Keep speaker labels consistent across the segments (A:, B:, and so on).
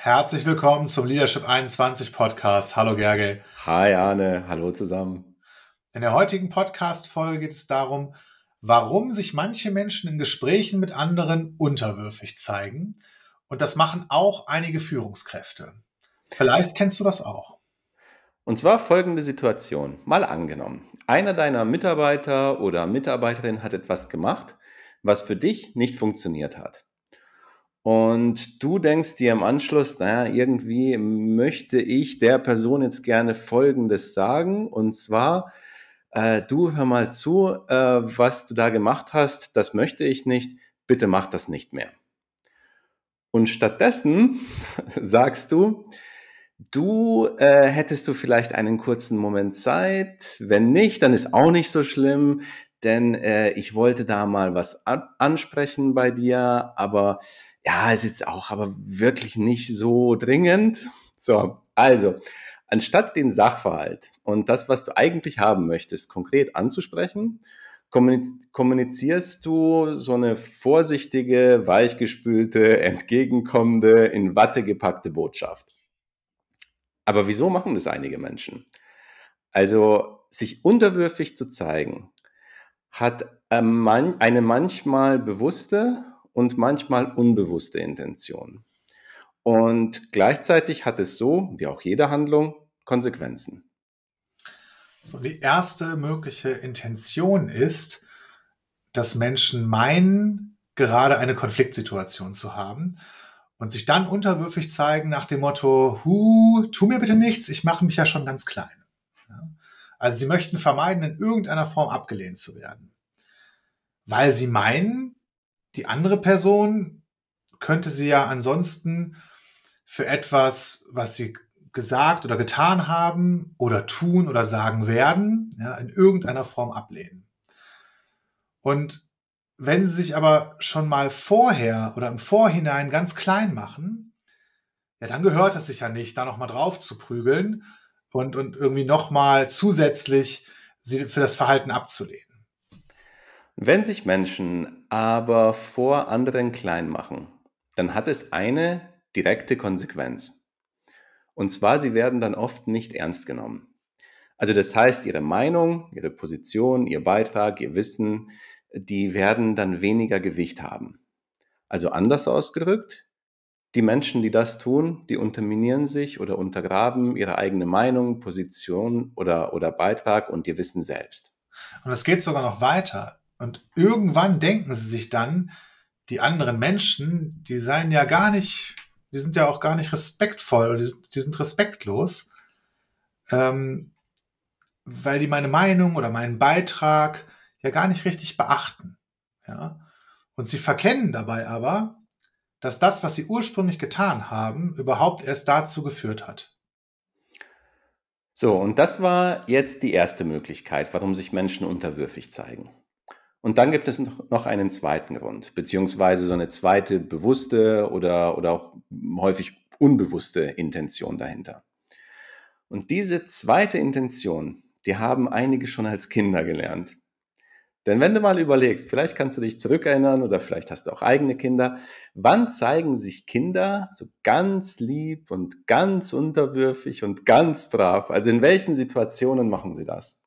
A: Herzlich willkommen zum Leadership 21 Podcast. Hallo Gerge.
B: Hi Arne, hallo zusammen.
A: In der heutigen Podcast-Folge geht es darum, warum sich manche Menschen in Gesprächen mit anderen unterwürfig zeigen. Und das machen auch einige Führungskräfte. Vielleicht kennst du das auch.
B: Und zwar folgende Situation. Mal angenommen, einer deiner Mitarbeiter oder Mitarbeiterin hat etwas gemacht, was für dich nicht funktioniert hat. Und du denkst dir im Anschluss, naja, irgendwie möchte ich der Person jetzt gerne Folgendes sagen. Und zwar, du hör mal zu, was du da gemacht hast, das möchte ich nicht, bitte mach das nicht mehr. Und stattdessen sagst du, hättest du vielleicht einen kurzen Moment Zeit? Wenn nicht, dann ist auch nicht so schlimm, denn ich wollte da mal was ansprechen bei dir, aber ja, ist jetzt auch aber wirklich nicht so dringend. So, also, anstatt den Sachverhalt und das, was du eigentlich haben möchtest, konkret anzusprechen, kommunizierst du so eine vorsichtige, weichgespülte, entgegenkommende, in Watte gepackte Botschaft. Aber wieso machen das einige Menschen? Also sich unterwürfig zu zeigen, hat eine manchmal bewusste und manchmal unbewusste Intention. Und gleichzeitig hat es so, wie auch jede Handlung, Konsequenzen.
A: So, die erste mögliche Intention ist, dass Menschen meinen, gerade eine Konfliktsituation zu haben und sich dann unterwürfig zeigen nach dem Motto, tu mir bitte nichts, ich mache mich ja schon ganz klein. Ja? Also sie möchten vermeiden, in irgendeiner Form abgelehnt zu werden, weil sie meinen, die andere Person könnte sie ja ansonsten für etwas, was sie gesagt oder getan haben oder tun oder sagen werden, ja, in irgendeiner Form ablehnen. Und wenn sie sich aber schon mal vorher oder im Vorhinein ganz klein machen, ja, dann gehört es sich ja nicht, da nochmal drauf zu prügeln und irgendwie nochmal zusätzlich sie für das Verhalten abzulehnen.
B: Wenn sich Menschen aber vor anderen klein machen, dann hat es eine direkte Konsequenz. Und zwar, sie werden dann oft nicht ernst genommen. Also das heißt, ihre Meinung, ihre Position, ihr Beitrag, ihr Wissen, die werden dann weniger Gewicht haben. Also anders ausgedrückt, die Menschen, die das tun, die unterminieren sich oder untergraben ihre eigene Meinung, Position oder Beitrag und ihr Wissen selbst.
A: Und es geht sogar noch weiter. Und irgendwann denken sie sich dann, die anderen Menschen, die seien ja gar nicht, die sind ja auch gar nicht respektvoll oder die sind respektlos, ähm, weil die meine Meinung oder meinen Beitrag ja gar nicht richtig beachten. Ja? Und sie verkennen dabei aber, dass das, was sie ursprünglich getan haben, überhaupt erst dazu geführt hat.
B: So, und das war jetzt die erste Möglichkeit, warum sich Menschen unterwürfig zeigen. Und dann gibt es noch einen zweiten Grund, beziehungsweise so eine zweite bewusste oder auch häufig unbewusste Intention dahinter. Und diese zweite Intention, die haben einige schon als Kinder gelernt. Denn wenn du mal überlegst, vielleicht kannst du dich zurückerinnern oder vielleicht hast du auch eigene Kinder, wann zeigen sich Kinder so ganz lieb und ganz unterwürfig und ganz brav? Also in welchen Situationen machen sie das?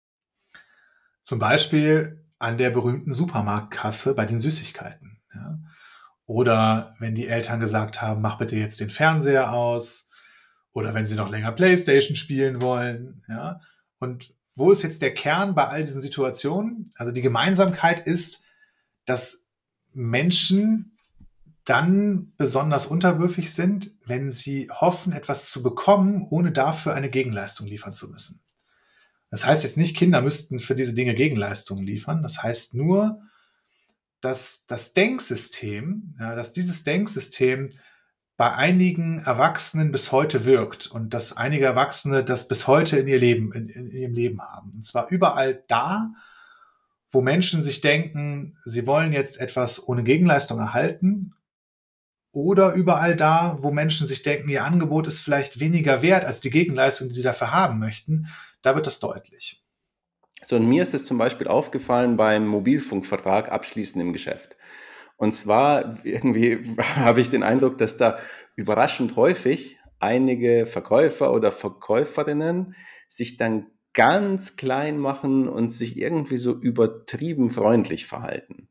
A: Zum Beispiel an der berühmten Supermarktkasse bei den Süßigkeiten. Ja? Oder wenn die Eltern gesagt haben, mach bitte jetzt den Fernseher aus. Oder wenn sie noch länger Playstation spielen wollen. Ja? Und wo ist jetzt der Kern bei all diesen Situationen? Also die Gemeinsamkeit ist, dass Menschen dann besonders unterwürfig sind, wenn sie hoffen, etwas zu bekommen, ohne dafür eine Gegenleistung liefern zu müssen. Das heißt jetzt nicht, Kinder müssten für diese Dinge Gegenleistungen liefern. Das heißt nur, dass das Denksystem, ja, dass dieses Denksystem bei einigen Erwachsenen bis heute wirkt und dass einige Erwachsene das bis heute in in ihrem Leben haben. Und zwar überall da, wo Menschen sich denken, sie wollen jetzt etwas ohne Gegenleistung erhalten, oder überall da, wo Menschen sich denken, ihr Angebot ist vielleicht weniger wert als die Gegenleistung, die sie dafür haben möchten, da wird das deutlich.
B: So, und mir ist es zum Beispiel aufgefallen beim Mobilfunkvertrag abschließen im Geschäft. Und zwar irgendwie habe ich den Eindruck, dass da überraschend häufig einige Verkäufer oder Verkäuferinnen sich dann ganz klein machen und sich irgendwie so übertrieben freundlich verhalten.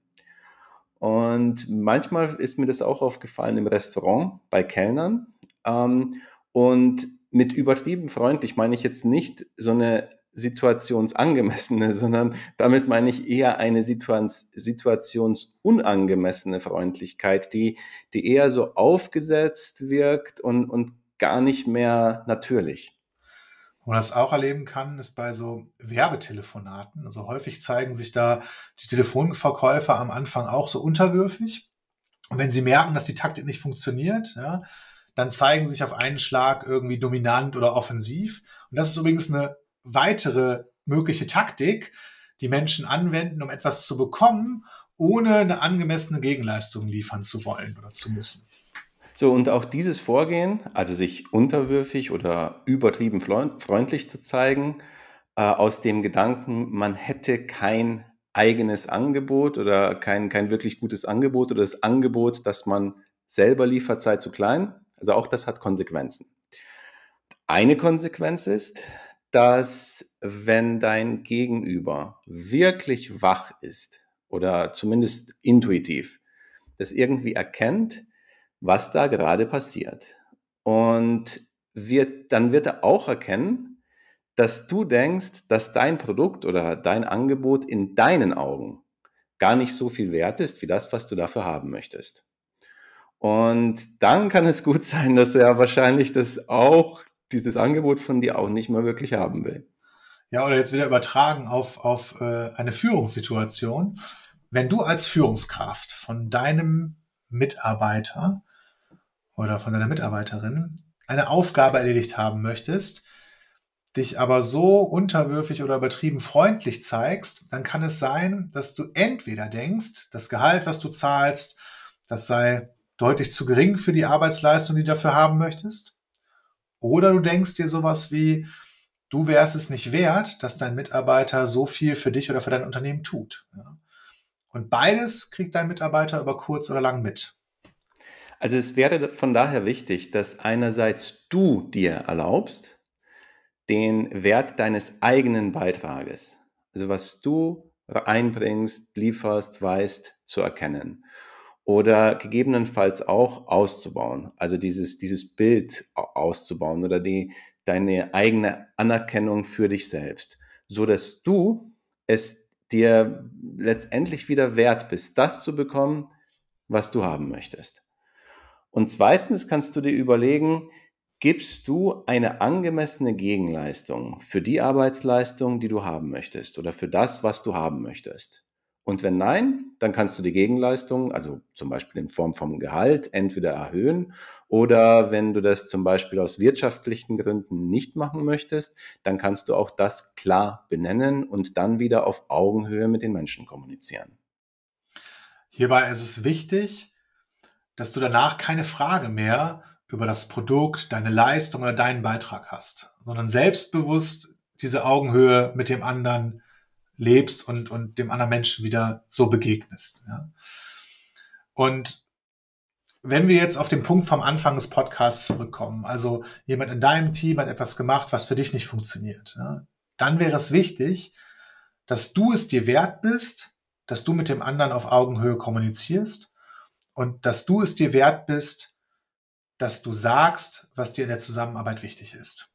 B: Und manchmal ist mir das auch aufgefallen im Restaurant bei Kellnern. Und mit übertrieben freundlich meine ich jetzt nicht so eine situationsangemessene, sondern damit meine ich eher eine situationsunangemessene Freundlichkeit, die eher so aufgesetzt wirkt und gar nicht mehr natürlich.
A: Wo man das auch erleben kann, ist bei so Werbetelefonaten. Also häufig zeigen sich da die Telefonverkäufer am Anfang auch so unterwürfig. Und wenn sie merken, dass die Taktik nicht funktioniert, ja, dann zeigen sie sich auf einen Schlag irgendwie dominant oder offensiv. Und das ist übrigens eine weitere mögliche Taktik, die Menschen anwenden, um etwas zu bekommen, ohne eine angemessene Gegenleistung liefern zu wollen oder zu müssen.
B: So, und auch dieses Vorgehen, also sich unterwürfig oder übertrieben freundlich zu zeigen, aus dem Gedanken, man hätte kein eigenes Angebot oder kein wirklich gutes Angebot oder das Angebot, das man selber liefert, sei zu klein. Also auch das hat Konsequenzen. Eine Konsequenz ist, dass wenn dein Gegenüber wirklich wach ist oder zumindest intuitiv, das irgendwie erkennt, was da gerade passiert. Und dann wird er auch erkennen, dass du denkst, dass dein Produkt oder dein Angebot in deinen Augen gar nicht so viel wert ist, wie das, was du dafür haben möchtest. Und dann kann es gut sein, dass er wahrscheinlich dieses Angebot von dir auch nicht mehr wirklich haben will.
A: Ja, oder jetzt wieder übertragen auf eine Führungssituation. Wenn du als Führungskraft von deinem Mitarbeiter oder von deiner Mitarbeiterin eine Aufgabe erledigt haben möchtest, dich aber so unterwürfig oder übertrieben freundlich zeigst, dann kann es sein, dass du entweder denkst, das Gehalt, was du zahlst, das sei deutlich zu gering für die Arbeitsleistung, die du dafür haben möchtest. Oder du denkst dir sowas wie, du wärst es nicht wert, dass dein Mitarbeiter so viel für dich oder für dein Unternehmen tut. Ja. Und beides kriegt dein Mitarbeiter über kurz oder lang mit.
B: Also es wäre von daher wichtig, dass einerseits du dir erlaubst, den Wert deines eigenen Beitrages, also was du einbringst, lieferst, weißt, zu erkennen. Oder gegebenenfalls auch auszubauen, also dieses Bild auszubauen oder deine eigene Anerkennung für dich selbst, so dass du es dir letztendlich wieder wert bist, das zu bekommen, was du haben möchtest. Und zweitens kannst du dir überlegen, gibst du eine angemessene Gegenleistung für die Arbeitsleistung, die du haben möchtest oder für das, was du haben möchtest? Und wenn nein, dann kannst du die Gegenleistung, also zum Beispiel in Form vom Gehalt, entweder erhöhen oder wenn du das zum Beispiel aus wirtschaftlichen Gründen nicht machen möchtest, dann kannst du auch das klar benennen und dann wieder auf Augenhöhe mit den Menschen kommunizieren.
A: Hierbei ist es wichtig, dass du danach keine Frage mehr über das Produkt, deine Leistung oder deinen Beitrag hast, sondern selbstbewusst diese Augenhöhe mit dem anderen lebst und dem anderen Menschen wieder so begegnest. Ja. Und wenn wir jetzt auf den Punkt vom Anfang des Podcasts zurückkommen, also jemand in deinem Team hat etwas gemacht, was für dich nicht funktioniert, ja, dann wäre es wichtig, dass du es dir wert bist, dass du mit dem anderen auf Augenhöhe kommunizierst und dass du es dir wert bist, dass du sagst, was dir in der Zusammenarbeit wichtig ist.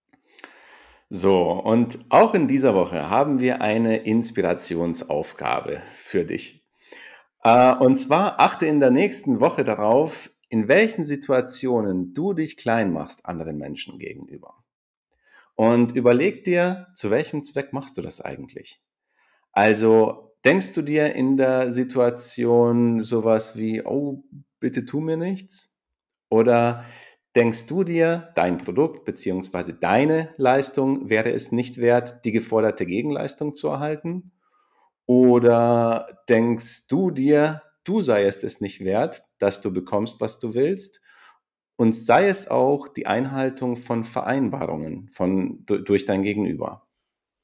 B: So, und auch in dieser Woche haben wir eine Inspirationsaufgabe für dich. Und zwar achte in der nächsten Woche darauf, in welchen Situationen du dich klein machst anderen Menschen gegenüber. Und überleg dir, zu welchem Zweck machst du das eigentlich? Also denkst du dir in der Situation sowas wie, oh, bitte tu mir nichts? Oder denkst du dir, dein Produkt bzw. deine Leistung wäre es nicht wert, die geforderte Gegenleistung zu erhalten? Oder denkst du dir, du seiest es nicht wert, dass du bekommst, was du willst? Und sei es auch die Einhaltung von Vereinbarungen durch dein Gegenüber.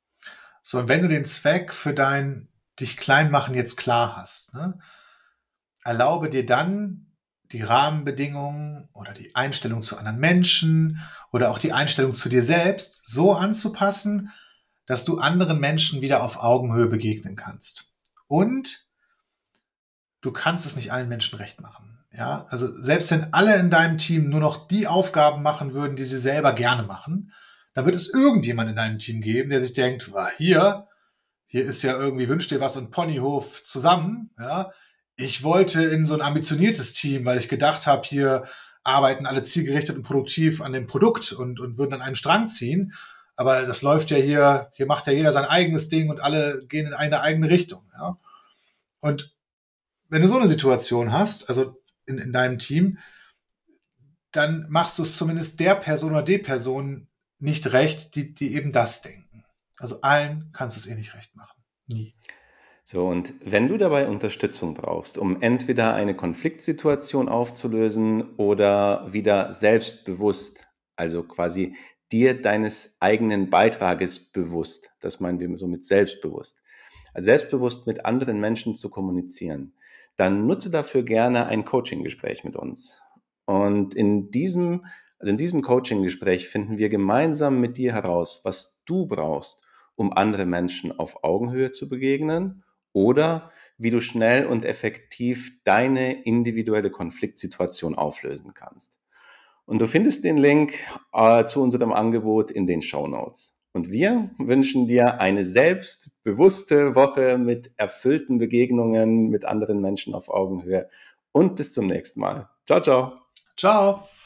A: So, und wenn du den Zweck für dein dich klein machen jetzt klar hast, ne, erlaube dir dann, die Rahmenbedingungen oder die Einstellung zu anderen Menschen oder auch die Einstellung zu dir selbst so anzupassen, dass du anderen Menschen wieder auf Augenhöhe begegnen kannst. Und du kannst es nicht allen Menschen recht machen. Ja, also selbst wenn alle in deinem Team nur noch die Aufgaben machen würden, die sie selber gerne machen, dann wird es irgendjemand in deinem Team geben, der sich denkt, hier ist ja irgendwie Wünsch dir was und Ponyhof zusammen. Ja, ich wollte in so ein ambitioniertes Team, weil ich gedacht habe, hier arbeiten alle zielgerichtet und produktiv an dem Produkt und würden an einem Strang ziehen. Aber das läuft ja hier macht ja jeder sein eigenes Ding und alle gehen in eine eigene Richtung. Ja? Und wenn du so eine Situation hast, also in deinem Team, dann machst du es zumindest der Person oder der Person nicht recht, die eben das denken. Also allen kannst du es eh nicht recht machen. Nie.
B: So, und wenn du dabei Unterstützung brauchst, um entweder eine Konfliktsituation aufzulösen oder wieder selbstbewusst, also quasi dir deines eigenen Beitrages bewusst, das meinen wir so mit selbstbewusst, also selbstbewusst mit anderen Menschen zu kommunizieren, dann nutze dafür gerne ein Coaching-Gespräch mit uns. Und in diesem Coaching-Gespräch finden wir gemeinsam mit dir heraus, was du brauchst, um andere Menschen auf Augenhöhe zu begegnen oder wie du schnell und effektiv deine individuelle Konfliktsituation auflösen kannst. Und du findest den Link zu unserem Angebot in den Shownotes. Und wir wünschen dir eine selbstbewusste Woche mit erfüllten Begegnungen mit anderen Menschen auf Augenhöhe und bis zum nächsten Mal. Ciao, ciao.
A: Ciao.